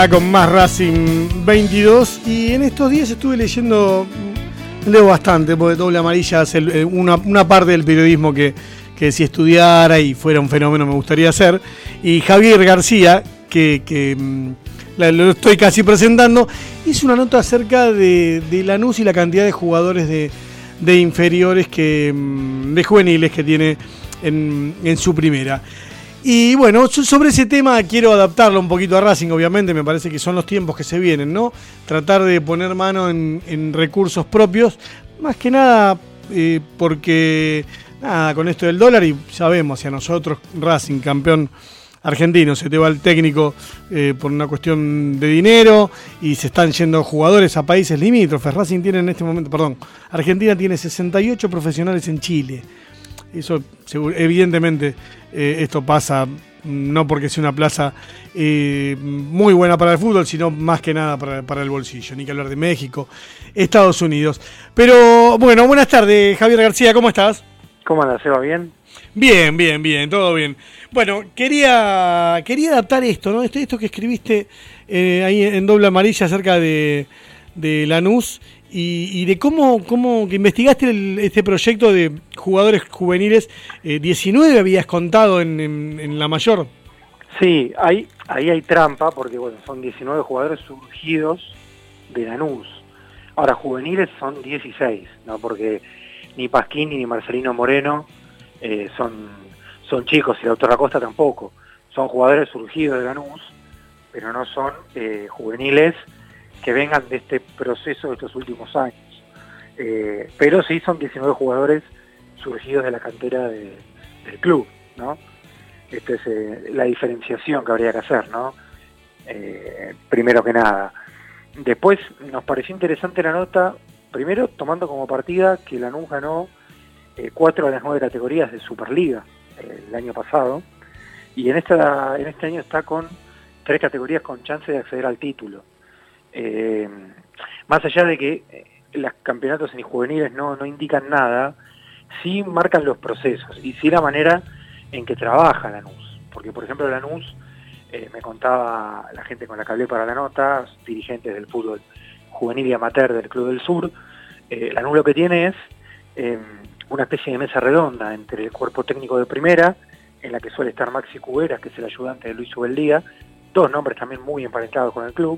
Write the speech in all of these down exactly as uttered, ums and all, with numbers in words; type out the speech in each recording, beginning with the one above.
Con más Racing veintidós, y en estos días estuve leyendo, leo bastante, porque Doble Amarilla hace una, una parte del periodismo que, que si estudiara y fuera un fenómeno me gustaría hacer, y Javier García, que, que la, lo estoy casi presentando, hizo una nota acerca de, de Lanús y la cantidad de jugadores de, de inferiores, que de juveniles que tiene en, en su primera. Y bueno, sobre ese tema quiero adaptarlo un poquito a Racing, obviamente, me parece que son los tiempos que se vienen, ¿no? Tratar de poner mano en, en recursos propios, más que nada eh, porque, nada, con esto del dólar, y sabemos, si a nosotros, Racing, campeón argentino, se te va el técnico eh, por una cuestión de dinero, y se están yendo jugadores a países limítrofes. Racing tiene en este momento, perdón, Argentina tiene sesenta y ocho profesionales en Chile. Eso, evidentemente, eh, esto pasa no porque sea una plaza eh, muy buena para el fútbol, sino más que nada para, para el bolsillo. Ni que hablar de México, Estados Unidos. Pero, bueno, buenas tardes, Javier García, ¿cómo estás? ¿Cómo andas, Seba? ¿Bien? Bien, bien, bien, todo bien. Bueno, quería quería adaptar esto, ¿no? Esto, esto que escribiste eh, ahí en Doble Amarilla acerca de, de Lanús. Y, y de cómo, cómo que investigaste el, este proyecto de jugadores juveniles, eh, diecinueve habías contado en, en, en la mayor. Sí, ahí, ahí hay trampa, porque bueno, son diecinueve jugadores surgidos de Lanús. Ahora, juveniles son dieciséis, ¿no? Porque ni Pasquini ni Marcelino Moreno eh, son, son chicos, y Doctor Acosta tampoco. Son jugadores surgidos de Lanús, pero no son eh, juveniles que vengan de este proceso de estos últimos años. Eh, pero sí son diecinueve jugadores surgidos de la cantera de, del club, ¿no? Esta es eh, la diferenciación que habría que hacer, ¿no? Eh, primero que nada. Después nos pareció interesante la nota, primero tomando como partida que Lanús ganó eh, cuatro de las nueve categorías de Superliga eh, el año pasado, y en, esta, en este año está con tres categorías con chance de acceder al título. Eh, más allá de que eh, los campeonatos en juveniles no, no indican nada, sí marcan los procesos y sí la manera en que trabaja Lanús. Porque, por ejemplo, Lanús, eh, me contaba la gente con la que hablé para la nota, dirigentes del fútbol juvenil y amateur del Club del Sur, eh, Lanús lo que tiene es eh, una especie de mesa redonda entre el cuerpo técnico de primera, en la que suele estar Maxi Cuberas, que es el ayudante de Luis Ubeldía, dos nombres también muy emparentados con el club,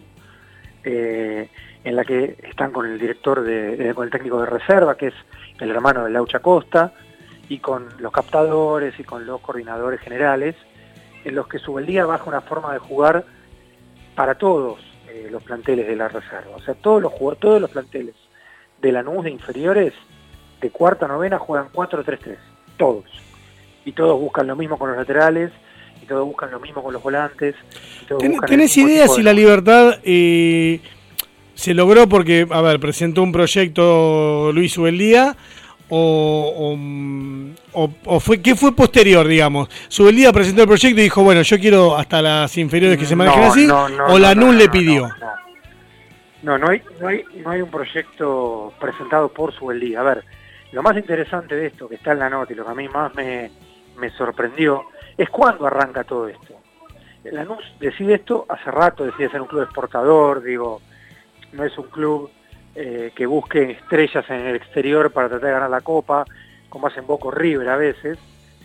Eh, en la que están con el director, de, eh, con el técnico de reserva, que es el hermano de Laucha Costa, y con los captadores y con los coordinadores generales, en los que Subeldía baja una forma de jugar para todos eh, los planteles de la reserva. O sea, todos los todos los planteles de Lanús de inferiores, de cuarta a novena, juegan cuatro tres tres, todos. Y todos buscan lo mismo con los laterales, y todos buscan lo mismo con los volantes. ¿Tenés idea si la Libertad eh, se logró porque, a ver, presentó un proyecto Luis Ubeldía o, o, o fue qué fue posterior, digamos? Ubeldía presentó el proyecto y dijo, bueno, yo quiero hasta las inferiores que se manejen no, así, no, no, o Lanús no, no, le no, pidió. No, no, no, no, hay, no, hay, no hay un proyecto presentado por Ubeldía. A ver, lo más interesante de esto que está en la nota y lo que a mí más me, me sorprendió es cuándo arranca todo esto. Lanús decide esto hace rato, decide ser un club exportador, digo, no es un club eh, que busque estrellas en el exterior para tratar de ganar la Copa, como hacen Boca o River a veces,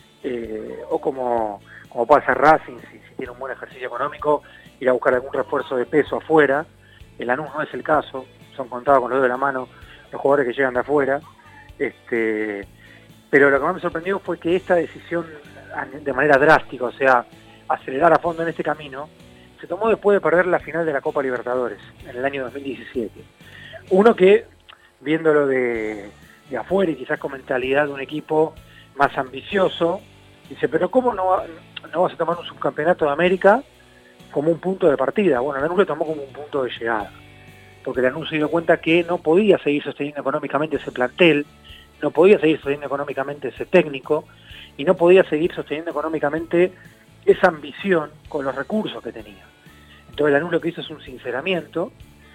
eh, o como, como puede hacer Racing, si, si tiene un buen ejercicio económico, ir a buscar algún refuerzo de peso afuera. El Lanús no es el caso, son contados con los dedos de la mano los jugadores que llegan de afuera, este, pero lo que más me sorprendió fue que esta decisión de manera drástica, o sea, acelerar a fondo en este camino, se tomó después de perder la final de la Copa Libertadores en el año dos mil diecisiete. Uno que, viéndolo de, de afuera y quizás con mentalidad de un equipo más ambicioso, dice, pero ¿cómo no, va, no vas a tomar un subcampeonato de América como un punto de partida? Bueno, Lanús lo tomó como un punto de llegada, porque Lanús se dio cuenta que no podía seguir sosteniendo económicamente ese plantel, no podía seguir sosteniendo económicamente ese técnico, y no podía seguir sosteniendo económicamente esa ambición con los recursos que tenía. Entonces Lanús lo que hizo es un sinceramiento,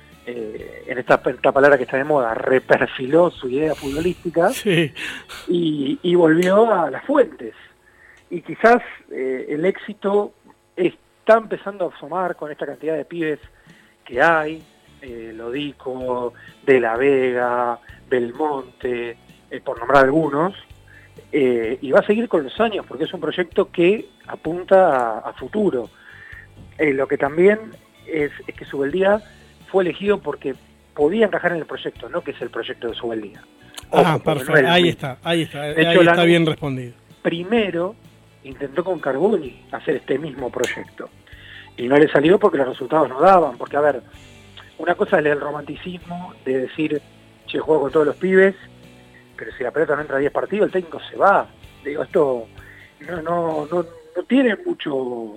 eh, en esta, esta palabra que está de moda, reperfiló su idea futbolística, sí. y, y volvió a las fuentes. Y quizás eh, el éxito está empezando a asomar con esta cantidad de pibes que hay, eh, Lodico, De la Vega, Belmonte, eh, por nombrar algunos, eh, y va a seguir con los años, porque es un proyecto que apunta a, a futuro. Eh, lo que también es, es que Subeldía fue elegido porque podía encajar en el proyecto, no que es el proyecto de Subeldía. Ah, perfecto, no ahí está, ahí está, ahí hecho, está Lanús bien respondido. Primero intentó con Carboni hacer este mismo proyecto, y no le salió porque los resultados no daban, porque a ver, una cosa es el romanticismo de decir, che, juego con todos los pibes, pero si la pelota no entra a diez partidos, el técnico se va. Digo, esto no, no, no, no tiene mucho,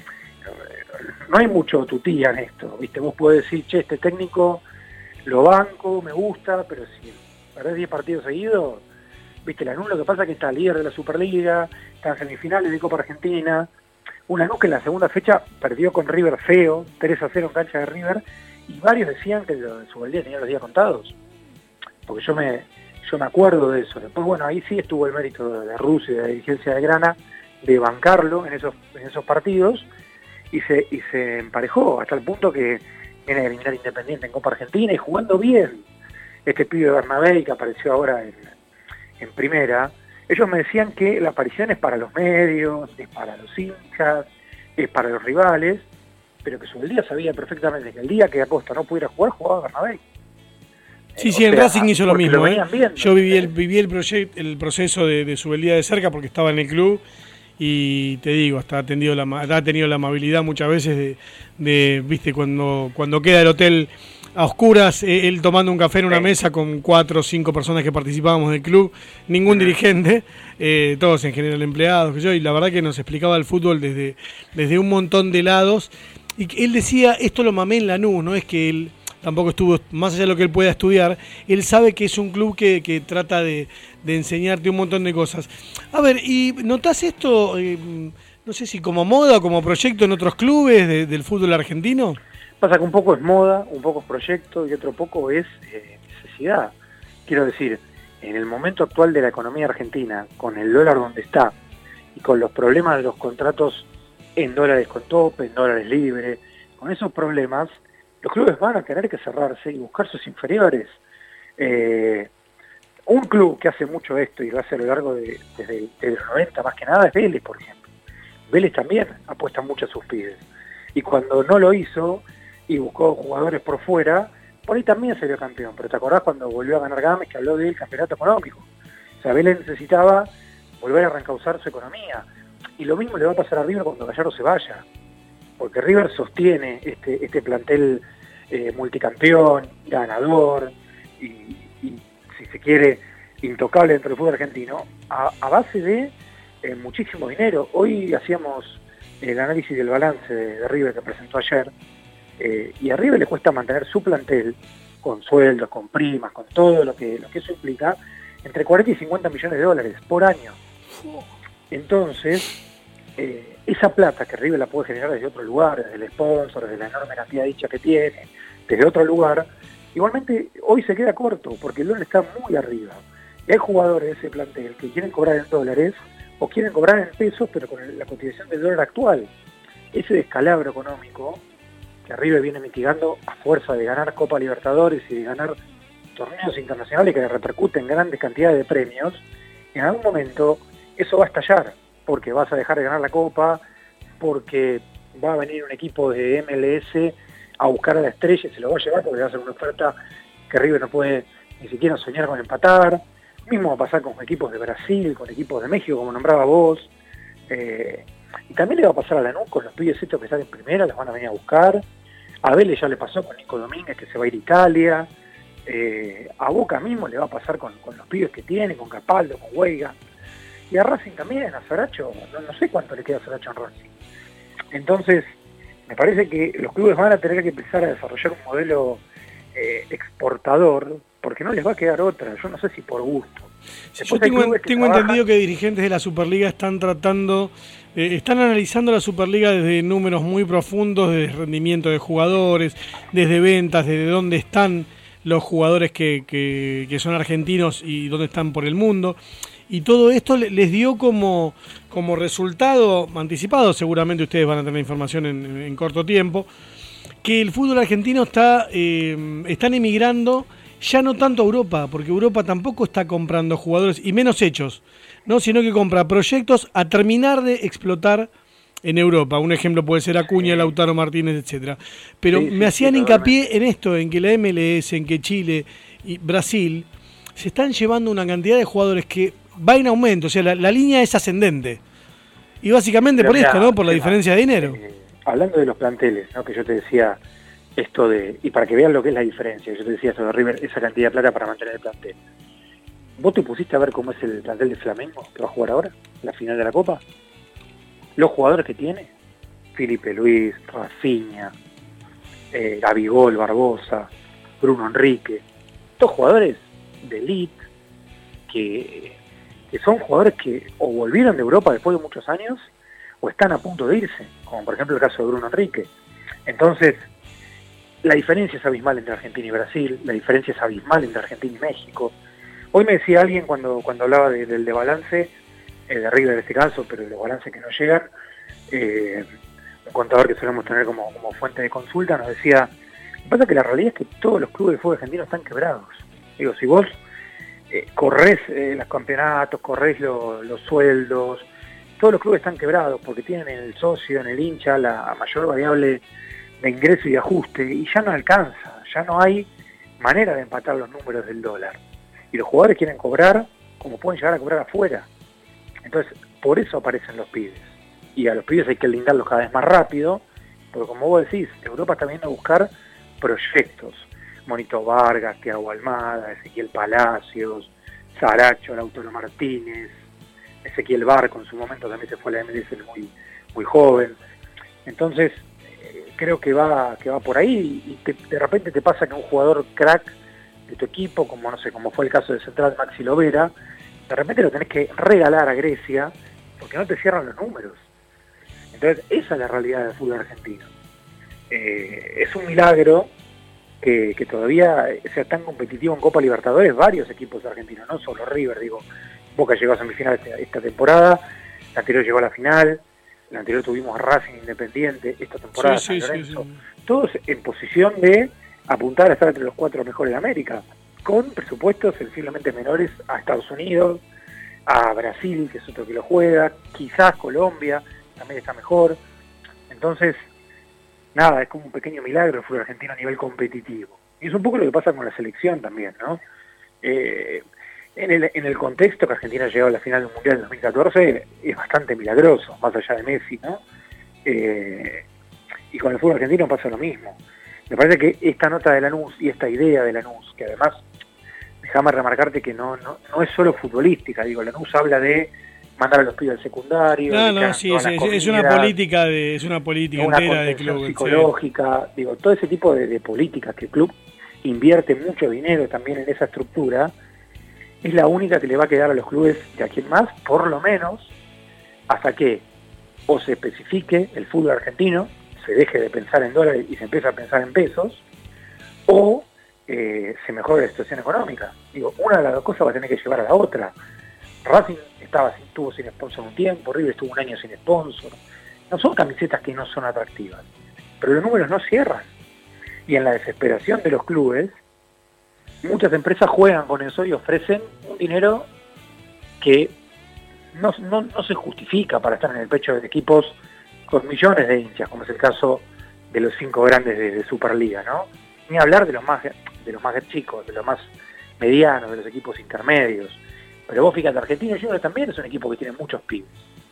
no hay mucho tutía en esto, ¿viste? Vos podés decir, che, este técnico lo banco, me gusta, pero si perdés diez partidos seguidos, ¿viste? Lanús lo que pasa es que está líder de la Superliga, está en semifinales de Copa Argentina, un Lanús que en la segunda fecha perdió con River feo, tres a cero en cancha de River, y varios decían que lo de Subeldía tenía los días contados, porque yo me yo me acuerdo de eso. Después, bueno, ahí sí estuvo el mérito de Russo y de la dirigencia de Grana de bancarlo en esos en esos partidos, y se y se emparejó hasta el punto que viene a eliminar Independiente en Copa Argentina y jugando bien. Este pibe Bernabé que apareció ahora en, en primera, ellos me decían que la aparición es para los medios, es para los hinchas, es para los rivales, pero que Subeldía sabía perfectamente que el día que Acosta no pudiera jugar, jugaba Bernabé. Sí, sí, en Racing hizo lo mismo. Lo ¿eh? viendo, Yo viví el, viví el, proyect, el proceso de, de Subeldía de cerca porque estaba en el club y te digo, hasta ha tenido la, ha tenido la amabilidad muchas veces de, de viste, cuando, cuando queda el hotel a oscuras, él tomando un café en una sí. mesa con cuatro o cinco personas que participábamos del club, ningún sí. dirigente, eh, todos en general empleados, que yo, y la verdad que nos explicaba el fútbol desde, desde un montón de lados, y él decía, esto lo mamé en Lanús, no es que él tampoco estuvo, más allá de lo que él pueda estudiar, él sabe que es un club que, que trata de, de enseñarte un montón de cosas. A ver, ¿y notás esto, eh, no sé si como moda o como proyecto en otros clubes de, del fútbol argentino? Pasa que un poco es moda, un poco es proyecto y otro poco es eh, necesidad. Quiero decir, en el momento actual de la economía argentina, con el dólar donde está y con los problemas de los contratos en dólares con tope, en dólares libres, con esos problemas, los clubes van a tener que cerrarse y buscar sus inferiores. Eh, un club que hace mucho esto y lo hace a lo largo de desde, desde los noventa más que nada es Vélez, por ejemplo. Vélez también apuesta mucho a sus pibes. Y cuando no lo hizo y buscó jugadores por fuera, por ahí también salió campeón. Pero ¿te acordás cuando volvió a ganar Gámez que habló del campeonato económico? O sea, Vélez necesitaba volver a reencauzar su economía. Y lo mismo le va a pasar a River cuando Gallardo se vaya. Porque River sostiene este, este plantel eh, multicampeón, ganador, y, y si se quiere, intocable dentro del fútbol argentino, a, a base de eh, muchísimo dinero. Hoy hacíamos el análisis del balance de, de River que presentó ayer, eh, y a River le cuesta mantener su plantel con sueldos, con primas, con todo lo que, lo que eso implica, entre cuarenta y cincuenta millones de dólares por año. Entonces, eh, esa plata que River la puede generar desde otro lugar, desde el sponsor, desde la enorme cantidad de dicha que tiene, desde otro lugar, igualmente hoy se queda corto, porque el dólar está muy arriba. Y hay jugadores de ese plantel que quieren cobrar en dólares o quieren cobrar en pesos, pero con la cotización del dólar actual. Ese descalabro económico que River viene mitigando a fuerza de ganar Copa Libertadores y de ganar torneos internacionales que repercuten en grandes cantidades de premios, en algún momento eso va a estallar, porque vas a dejar de ganar la Copa, porque va a venir un equipo de M L S a buscar a la estrella y se lo va a llevar porque va a ser una oferta que River no puede ni siquiera soñar con empatar. Mismo va a pasar con equipos de Brasil, con equipos de México, como nombraba vos. Eh, y también le va a pasar a Lanús con los pibes estos que están en primera, los van a venir a buscar. A Vélez ya le pasó con Nico Domínguez, que se va a ir a Italia. Eh, a Boca mismo le va a pasar con, con los pibes que tiene, con Capaldo, con Huega. Y a Racing también, a Saracho, no, no sé cuánto le queda a Saracho en Racing. Entonces, me parece que los clubes van a tener que empezar a desarrollar un modelo eh, exportador, porque no les va a quedar otra, yo no sé si por gusto. Sí, yo tengo, tengo trabajan... entendido que dirigentes de la Superliga están tratando, eh, están analizando la Superliga desde números muy profundos, desde rendimiento de jugadores, desde ventas, desde dónde están los jugadores que, que, que son argentinos y dónde están por el mundo. Y todo esto les dio como, como resultado anticipado, seguramente ustedes van a tener información en, en corto tiempo, que el fútbol argentino está eh, están emigrando ya no tanto a Europa, porque Europa tampoco está comprando jugadores, y menos hechos, ¿no? Sino que compra proyectos a terminar de explotar en Europa. Un ejemplo puede ser Acuña, sí. Lautaro Martínez, etcétera. Pero sí, me sí, hacían sí, hincapié en esto, en que la M L S, en que Chile y Brasil se están llevando una cantidad de jugadores que va en aumento, o sea, la, la línea es ascendente. Y básicamente Pero por mira, esto, ¿no? Por la diferencia de dinero. Eh, hablando de los planteles, ¿no? Que yo te decía esto de, y para que vean lo que es la diferencia, yo te decía esto de River, esa cantidad de plata para mantener el plantel. ¿Vos te pusiste a ver cómo es el plantel de Flamengo que va a jugar ahora, la final de la Copa? Los jugadores que tiene, Felipe Luis, Rafinha, eh, Gabigol, Barbosa, Bruno Enrique, estos jugadores de elite que, que son jugadores que o volvieron de Europa después de muchos años o están a punto de irse, como por ejemplo el caso de Bruno Enrique. Entonces, la diferencia es abismal entre Argentina y Brasil, la diferencia es abismal entre Argentina y México. Hoy me decía alguien cuando, cuando hablaba de, del de balance, eh, de River en este caso, pero de los balances que no llegan, eh, un contador que solemos tener como, como fuente de consulta, nos decía, lo que pasa es que la realidad es que todos los clubes de fútbol argentino están quebrados. Digo, si vos eh, corres eh, los campeonatos, corres lo, los sueldos, todos los clubes están quebrados porque tienen en el socio, en el hincha, la mayor variable de ingreso y de ajuste, y ya no alcanza, ya no hay manera de empatar los números del dólar. Y los jugadores quieren cobrar como pueden llegar a cobrar afuera. Entonces, por eso aparecen los pibes. Y a los pibes hay que lindarlos cada vez más rápido, porque como vos decís, Europa está viendo a buscar proyectos. Monito Vargas, Thiago Almada, Ezequiel Palacios, Saracho, Lautaro Martínez, Ezequiel Barco en su momento también se fue a la M L S muy, muy joven. Entonces, eh, creo que va, que va por ahí y te, de repente te pasa que un jugador crack de tu equipo, como no sé, como fue el caso de Central Maxi Lovera, de repente lo tenés que regalar a Grecia porque no te cierran los números. Entonces, esa es la realidad del fútbol argentino. Eh, es un milagro que, que todavía sea tan competitivo en Copa Libertadores varios equipos argentinos, no solo River, digo, Boca llegó a semifinal esta, esta temporada, la anterior llegó a la final, la anterior tuvimos a Racing Independiente, esta temporada sí, San sí, Lorenzo, sí, sí. Todos en posición de apuntar a estar entre los cuatro mejores de América, con presupuestos sensiblemente menores a Estados Unidos, a Brasil, que es otro que lo juega, quizás Colombia, también está mejor. Entonces, nada, es como un pequeño milagro el fútbol argentino a nivel competitivo. Y es un poco lo que pasa con la selección también, ¿no? Eh, en, el, en el contexto que Argentina ha llegado a la final del Mundial en dos mil catorce, es bastante milagroso, más allá de Messi, ¿no? Eh, y con el fútbol argentino pasa lo mismo. Me parece que esta nota de Lanús y esta idea de Lanús, que además, déjame remarcarte que no, no, no es solo futbolística, digo, Lanús habla de mandar a los pibes al secundario. No, no, sí, es, es, es una política de, es una política una entera de club. Psicológica, sí. Digo, todo ese tipo de, de políticas que el club invierte mucho dinero también en esa estructura, es la única que le va a quedar a los clubes de aquí en más, por lo menos, hasta que o se especifique el fútbol argentino, se deje de pensar en dólares y se empieza a pensar en pesos, o eh, se mejore la situación económica. Digo, una de las dos cosas va a tener que llevar a la otra. Racing estaba, estuvo sin sponsor un tiempo, River estuvo un año sin sponsor. No son camisetas que no son atractivas, pero los números no cierran. Y en la desesperación de los clubes, muchas empresas juegan con eso y ofrecen un dinero que no, no, no se justifica para estar en el pecho de equipos con millones de hinchas, como es el caso de los cinco grandes de, de Superliga, ¿no? Ni hablar de los más de los más chicos, de los más medianos, de los equipos intermedios. Pero vos fíjate, Argentinos Juniors también es un equipo que tiene muchos pibes.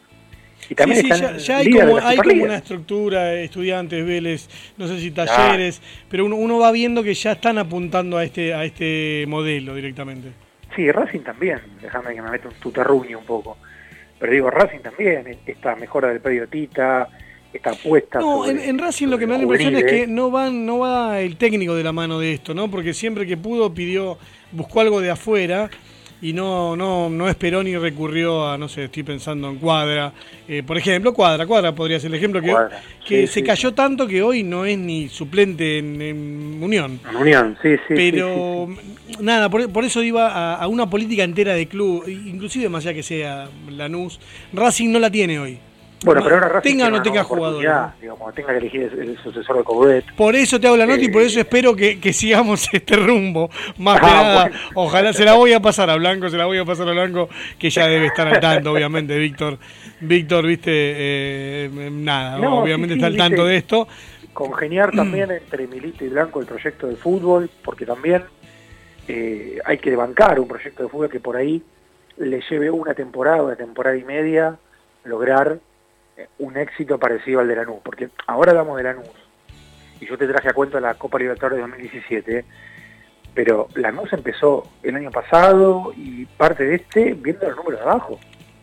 Y también sí, sí, ya, ya hay, como, hay como una estructura, Estudiantes, Vélez, no sé si Talleres, ah. pero uno, uno va viendo que ya están apuntando a este a este modelo directamente. Sí, Racing también, déjame que me meta un tutarruño un poco. Pero digo, Racing también, esta mejora del predio Tita, esta apuesta. No, sobre, en, en Racing lo que me da la impresión es que no van, no va el técnico de la mano de esto, ¿no? Porque siempre que pudo pidió, buscó algo de afuera y no, no, no esperó ni recurrió a, no sé, estoy pensando en Cuadra. Eh, por ejemplo, Cuadra, Cuadra podría ser el ejemplo que, que sí, se sí, cayó sí. tanto que hoy no es ni suplente en, en Unión. En Unión, sí, sí. Pero sí, sí, sí. nada, por, por eso iba a, a una política entera de club, inclusive más allá que sea Lanús, Racing no la tiene hoy. Bueno, pero ahora Racing tenga o no tiene tenga una nueva jugadores. oportunidad, digo, cuando tenga que elegir el, el sucesor de Coudet. Por eso te hago la nota y por eso Eh, espero que, que sigamos este rumbo. Más que Ah, nada, bueno. ojalá se la voy a pasar a Blanco, se la voy a pasar a Blanco, que ya debe estar al tanto, obviamente, Víctor. Víctor, viste, eh, nada, No, obviamente sí, sí, está al tanto viste. de esto. Congeniar también entre Milito y Blanco el proyecto de fútbol, porque también eh, hay que bancar un proyecto de fútbol que por ahí le lleve una temporada, una temporada y media, lograr eh, un éxito parecido al de Lanús, porque ahora hablamos de Lanús, y yo te traje a cuento la Copa Libertadores de dos mil diecisiete, pero Lanús empezó el año pasado y parte de este viendo los números de abajo,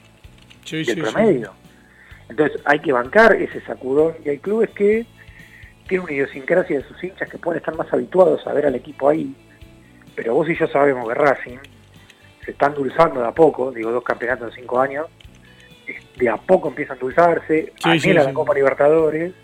Sí, del sí, promedio. Entonces hay que bancar ese sacudón, y hay clubes que tienen una idiosincrasia de sus hinchas que pueden estar más habituados a ver al equipo ahí, pero vos y yo sabemos que Racing se está endulzando de a poco, digo, dos campeonatos en cinco años, de a poco empieza a endulzarse, Sí, anhela sí, la sí. Copa Libertadores,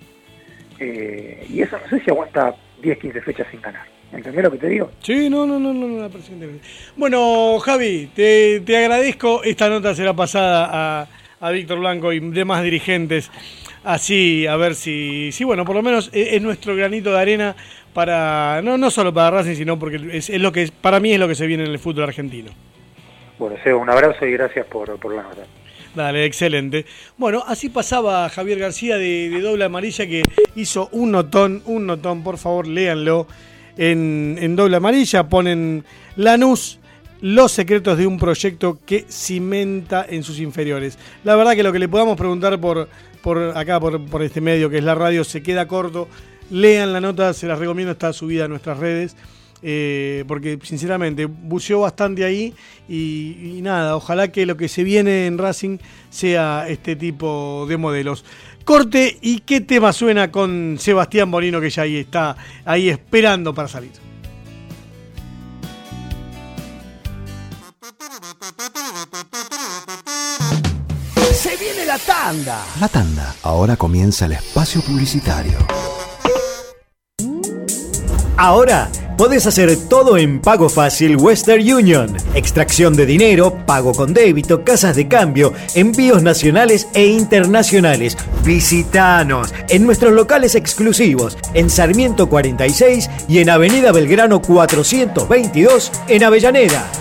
eh, y eso no sé si aguanta diez, quince fechas sin ganar. ¿Entendés lo que te digo? Sí, no, no, no, no, no, la parece interesante. Bueno, Javi, te, te agradezco. Esta nota será pasada a, a Víctor Blanco y demás dirigentes. Así, a ver si, si bueno, por lo menos es, es nuestro granito de arena para, no, no solo para Racing, sino porque es, es lo que es, para mí es lo que se viene en el fútbol argentino. Bueno, Seba, un abrazo y gracias por, por la nota. Dale, excelente. Bueno, así pasaba Javier García de, de Doble Amarilla, que hizo un notón, un notón, por favor, léanlo en, en Doble Amarilla. Ponen Lanús, los secretos de un proyecto que cimenta en sus inferiores. La verdad que lo que le podamos preguntar por, por acá, por, por este medio que es la radio, se queda corto. Lean la nota, se las recomiendo, está subida a nuestras redes. Eh, porque sinceramente buceó bastante ahí y, y nada, ojalá que lo que se viene en Racing sea este tipo de modelos. Corte, y qué tema suena con Sebastián Bonino, que ya ahí está, ahí esperando para salir. Se viene la tanda. La tanda. Ahora comienza el espacio publicitario. Ahora podés hacer todo en Pago Fácil Western Union. Extracción de dinero, pago con débito, casas de cambio, envíos nacionales e internacionales. Visítanos en nuestros locales exclusivos en Sarmiento cuarenta y seis y en Avenida Belgrano cuatrocientos veintidós en Avellaneda.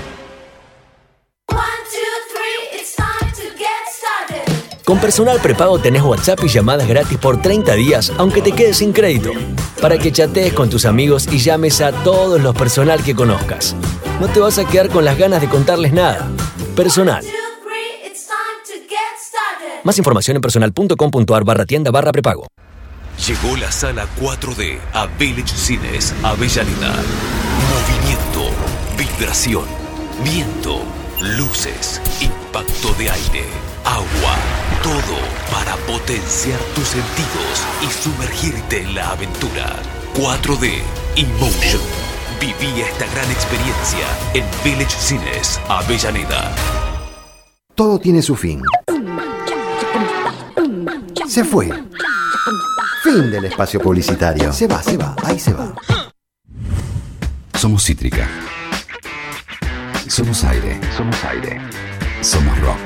Con Personal Prepago tenés WhatsApp y llamadas gratis por treinta días, aunque te quedes sin crédito. Para que chatees con tus amigos y llames a todos los personal que conozcas. No te vas a quedar con las ganas de contarles nada. Personal. Más información en personal.com.ar barra tienda barra prepago. Llegó la sala cuatro D a Village Cines Avellaneda. Movimiento, vibración, viento, luces, impacto de aire, agua, todo para potenciar tus sentidos y sumergirte en la aventura. cuatro D Emotion. Viví esta gran experiencia en Village Cines Avellaneda. Todo tiene su fin. Se fue. Fin del espacio publicitario. Se va, se va, ahí se va. Somos Cítrica. Somos aire. Somos aire. Somos rock.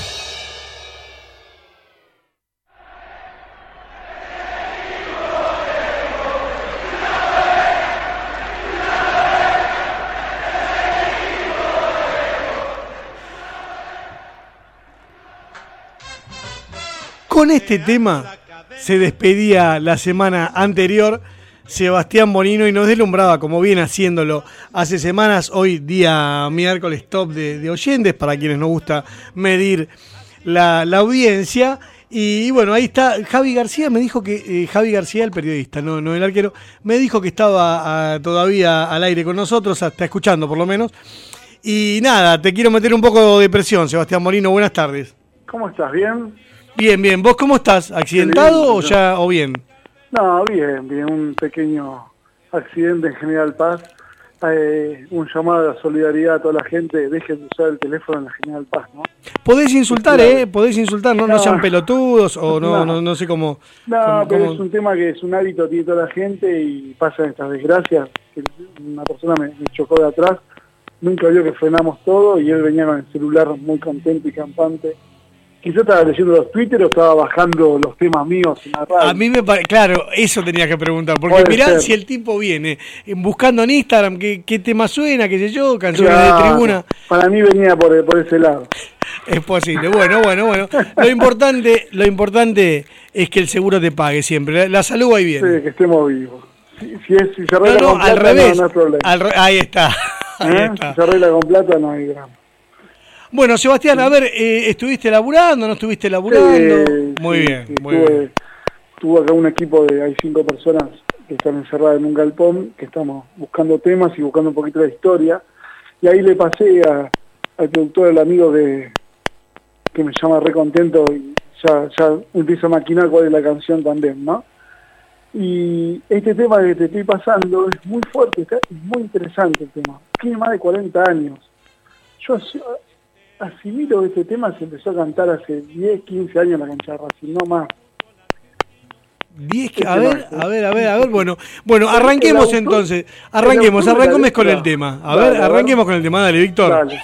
Con este tema se despedía la semana anterior Sebastián Bonino y nos deslumbraba, como viene haciéndolo hace semanas, hoy día miércoles top de, de oyentes, para quienes nos gusta medir la, la audiencia. Y bueno, ahí está Javi García, me dijo que, eh, Javi García, el periodista, no, no el arquero, me dijo que estaba a, todavía al aire con nosotros, está escuchando por lo menos. Y nada, te quiero meter un poco de presión, Sebastián Bonino, buenas tardes. ¿Cómo estás? ¿Bien? Bien, bien. ¿Vos cómo estás? ¿Accidentado bien, o ya o bien? No, bien, bien. Un pequeño accidente en General Paz. Eh, un llamado de solidaridad a toda la gente. Dejen de usar el teléfono en la General Paz, ¿no? Podés insultar, claro. ¿eh? Podés insultar. No, no, no sean pelotudos o no, no, no, no sé cómo... No, cómo, pero cómo... es un tema que es un hábito que tiene toda la gente y pasan estas desgracias. Una persona me, me chocó de atrás. Nunca vio que frenamos todo y él venía con el celular muy contento y campante. Quizás estaba leyendo los Twitter o estaba bajando los temas míos en la radio. A mí me parece, claro, eso tenía que preguntar, porque Puede mirá ser. si el tipo viene buscando en Instagram qué, qué tema suena, qué sé yo, canciones Claro, de tribuna. Para mí venía por, por ese lado. Es posible. Bueno, bueno, bueno. Lo importante, lo importante es que el seguro te pague siempre. La, la salud va y viene. Sí, que estemos vivos. Si, si, es, si se No, arregla no, con plata, al revés. no, no hay problema. Al re- ahí está. Ahí ¿Eh? está. Si se arregla con plata, no hay drama. Bueno, Sebastián, a ver, eh, ¿estuviste laburando? ¿No estuviste laburando? Sí, muy sí, bien, sí, muy tuve, bien. tuve acá un equipo de, hay cinco personas que están encerradas en un galpón, que estamos buscando temas y buscando un poquito de historia. Y ahí le pasé a, al productor, el amigo que, que me llama re contento y ya, ya empiezo a maquinar cuál es la canción también, ¿no? Y este tema que te estoy pasando es muy fuerte, está, es muy interesante el tema. Tiene más de cuarenta años. Yo as- asimilo que este tema se empezó a cantar hace diez, quince años en la cancha de Racing, no más. Diez que- a Este ver, tema, a ver, a ver, a ver, bueno, bueno, El- arranquemos el autor- entonces, arranquemos, el autor de la arranquemos con letra. el tema. A Dale, ver, a ver. arranquemos con el tema, dale, Víctor. Dale.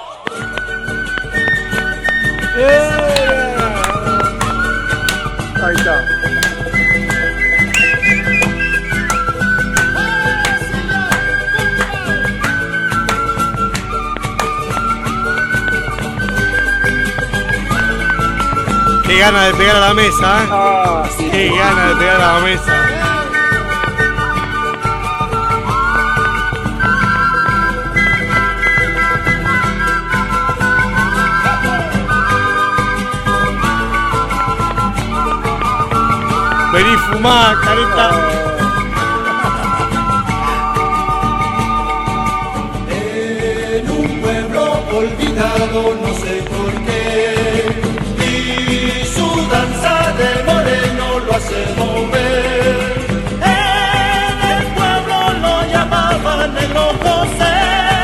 ¡Eh! Ahí está. Qué gana de pegar a la mesa, ¿eh? Ah, Qué gana de pegar a la mesa. Vení, fumá, careta. En un pueblo olvidado, no sé por qué, y su danza de moreno lo hace mover. En el pueblo lo llamaban Negro José,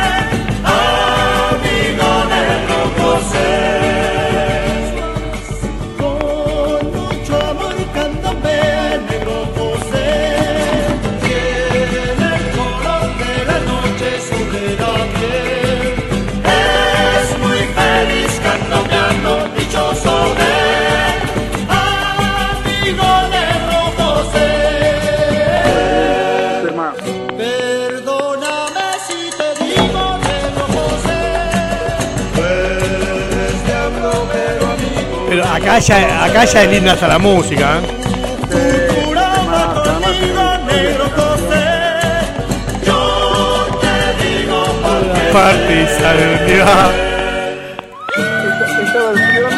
amigo Negro José. Con mucho amor cántame, Negro José, tiene el color de la noche sobre la piel. Es muy feliz candombeando, dichoso de él, amigo Negro José. tema. Perdóname si te digo, Negro José, eres diablo pero amigo. Pero acá ya, acá ya es linda hasta la música, ¿eh? Juraba conmigo, Negro José, yo te digo por qué. Partisanidad. Esta, esta versión,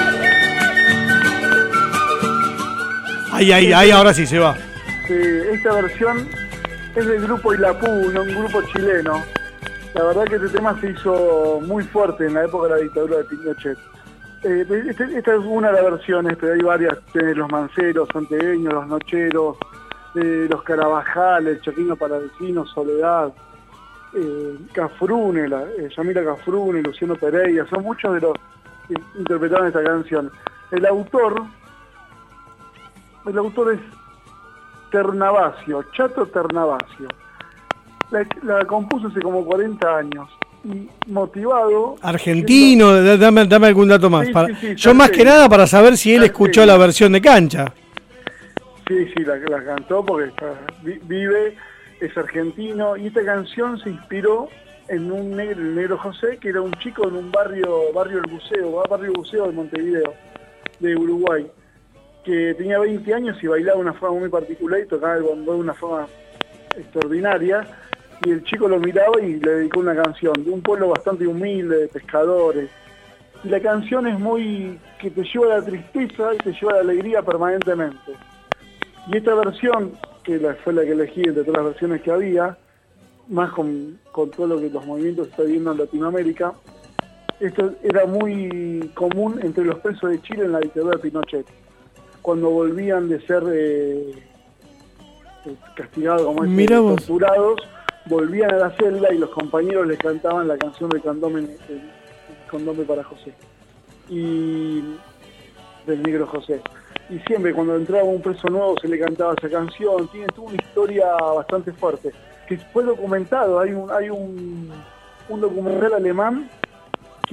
Ahí, ahí, ahí, ahora sí se va. eh, esta versión es del grupo Ilapú, ¿no? Un grupo chileno. La verdad que este tema se hizo muy fuerte en la época de la dictadura de Pinochet. Eh, este- esta es una de las versiones, pero hay varias. Tenés los manceros, santegueños, los nocheros, eh, los carabajales, Choquino Palavecino, Soledad, eh, Cafrune, la, eh, Yamila Cafrune, Luciano Pereira, son muchos de los que interpretaron esta canción. El autor, el autor es Ternavasio, Chato Ternavasio. La, la compuso hace como cuarenta años y motivado... Argentino, da- dame, dame algún dato más. Sí, Para- sí, sí, yo más que salteño. nada para saber si él Salteño. escuchó la versión de cancha. Sí, sí, la, la cantó porque está- vi- vive, es argentino, y esta canción se inspiró en un negro, el Negro José, que era un chico en un barrio, barrio El Buceo, barrio El Buceo de Montevideo, de Uruguay, que tenía veinte años y bailaba de una forma muy particular y tocaba el bongó de una forma extraordinaria, y el chico lo miraba y le dedicó una canción, de un pueblo bastante humilde, de pescadores. Y la canción es muy, que te lleva a la tristeza y te lleva a la alegría permanentemente. Y esta versión, que la- fue la que elegí entre todas las versiones que había, más con, con todo lo que los movimientos se está viendo en Latinoamérica, esto era muy común entre los presos de Chile en la dictadura de Pinochet. Cuando volvían de ser eh, eh, castigados, como es, Mirá vos. torturados, volvían a la celda y los compañeros les cantaban la canción del Candombe, el, el Candombe para José. Y del Negro José. Y siempre cuando entraba un preso nuevo se le cantaba esa canción. Tiene tuvo una historia bastante fuerte, que fue documentado. Hay un, hay un, un documental alemán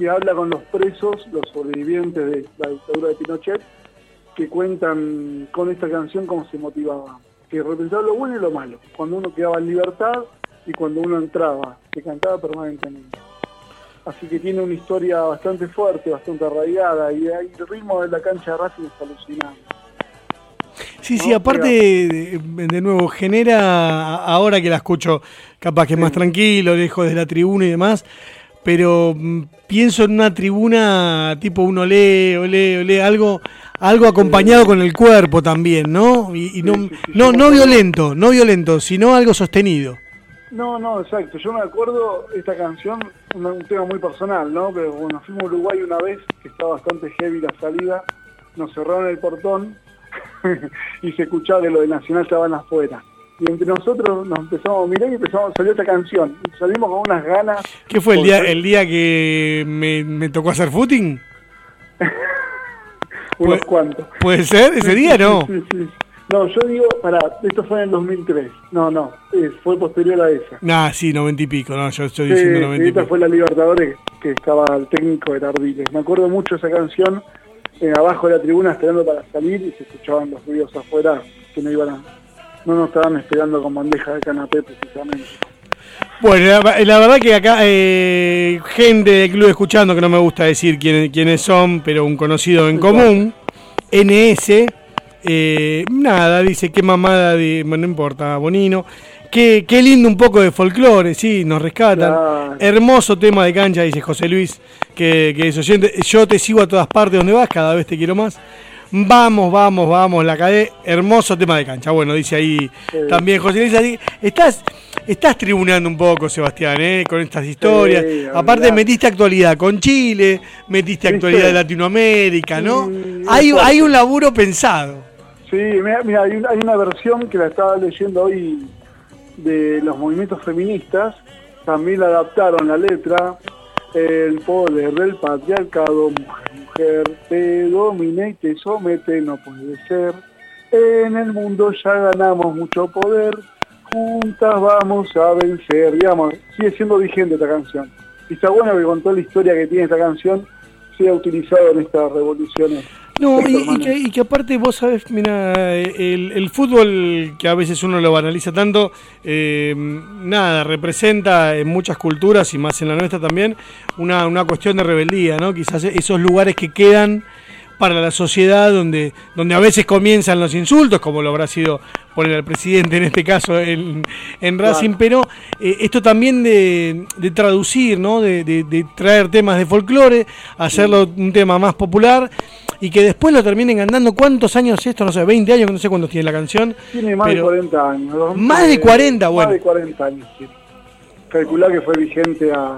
que habla con los presos, los sobrevivientes de la dictadura de Pinochet, que cuentan con esta canción cómo se motivaba, que representaba lo bueno y lo malo, cuando uno quedaba en libertad y cuando uno entraba, que cantaba permanentemente. Así que tiene una historia bastante fuerte, bastante arraigada, y ahí el ritmo de la cancha de Racing es alucinante. Sí, ¿no? sí, aparte, de, de nuevo, genera, ahora que la escucho, capaz que es más tranquilo, lejos de la tribuna y demás, pero mm, pienso en una tribuna tipo un olé, olé, olé, algo, algo acompañado con el cuerpo también, ¿no? Y, y no, Sí, sí, sí, no, yo no me acuerdo. violento, no violento, sino algo sostenido. No, no, exacto. Yo me acuerdo esta canción, un, un tema muy personal, ¿no? Pero bueno, fuimos a Uruguay una vez, que estaba bastante heavy la salida, nos cerraron el portón y se escuchaba que lo de Nacional estaban afuera. Y entre nosotros nos empezamos a mirar y empezamos, salió esta canción. Y salimos con unas ganas. ¿Qué fue el porque- día, el día que me, me tocó hacer footing? Unos Pu- cuantos. ¿Puede ser? ¿Ese día no? Sí, sí. No, yo digo, pará, esto fue en el dos mil tres. No, no, eh, fue posterior a esa. Nah, sí, noventa y pico, no, yo estoy Sí, diciendo noventa y esta pico. fue la Libertadores que estaba el técnico de Ardiles. Me acuerdo mucho de esa canción, eh, abajo de la tribuna esperando para salir y se escuchaban los ruidos afuera que no iban a, no nos estaban esperando con bandeja de canapé precisamente. Bueno, la, la verdad que acá eh, gente del club escuchando, que no me gusta decir quién, quiénes son, pero un conocido en común, N S, eh, nada, dice qué mamada de, bueno, no importa, Bonino, qué, qué lindo un poco de folclore, sí, nos rescatan, Claro. hermoso tema de cancha, dice José Luis, que, que es oyente, yo te sigo a todas partes donde vas, cada vez te quiero más. Vamos, vamos, vamos, la cadé, hermoso tema de cancha. Bueno, dice ahí Sí. también José Luis, así, estás, estás tribuneando un poco, Sebastián, ¿eh? Con estas historias. Sí, Aparte olvidate. metiste actualidad con Chile, metiste ¿Viste? actualidad de Latinoamérica, ¿no? Sí, hay, es fuerte. hay un laburo pensado. Sí, mira, mira, hay, un- hay una versión que la estaba leyendo hoy de los movimientos feministas, también la adaptaron la letra, el poder del patriarcado, mujer, mujer, te domina y te somete, no puede ser, en el mundo ya ganamos mucho poder, juntas vamos a vencer, digamos, sigue siendo vigente esta canción. Y está bueno que con toda la historia que tiene esta canción, sea utilizado en estas revoluciones. No, y, y, hermano. que, y que aparte vos sabés, mira, el, el fútbol, que a veces uno lo banaliza tanto, eh, nada, representa en muchas culturas y más en la nuestra también, una, una cuestión de rebeldía, ¿no? Quizás esos lugares que quedan para la sociedad donde, donde a veces comienzan los insultos, como lo habrá sido poner al presidente en este caso en, en Racing, Claro. pero eh, esto también de, de traducir, ¿no? De, de, de traer temas de folclore, hacerlo un tema más popular y que después lo terminen cantando. ¿Cuántos años esto? No sé, veinte años, no sé cuántos tiene la canción. Tiene más pero de cuarenta años. ¿no? Más de cuarenta, Más bueno. de cuarenta años tiene. Calculá que fue vigente a,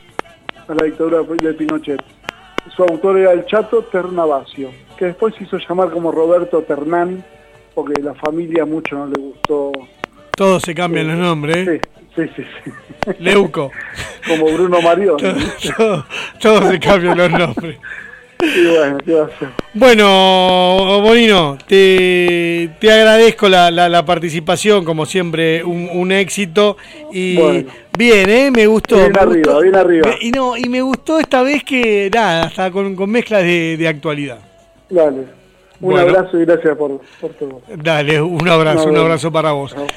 a la dictadura de Pinochet. Su autor era el Chato Ternavasio, que después se hizo llamar como Roberto Ternán, porque la familia mucho no le gustó. Todos se cambian los nombres, ¿eh? Sí, sí, sí. sí. Leuco. Como Bruno Marión. Todos, todos se cambian los nombres. Y bueno, ¿qué va a hacer? Bueno, Bonino, te, te agradezco la, la, la participación, como siempre, un, un éxito. Y Bueno. bien, ¿eh? Me gustó. Bien me arriba, gustó. bien arriba. Me- y, no, y me gustó esta vez que, nada, hasta con, con mezclas de, de actualidad. Dale. Un Bueno. abrazo y gracias por, por todo. Dale, un abrazo, Nos un vemos. abrazo para vos. Chao.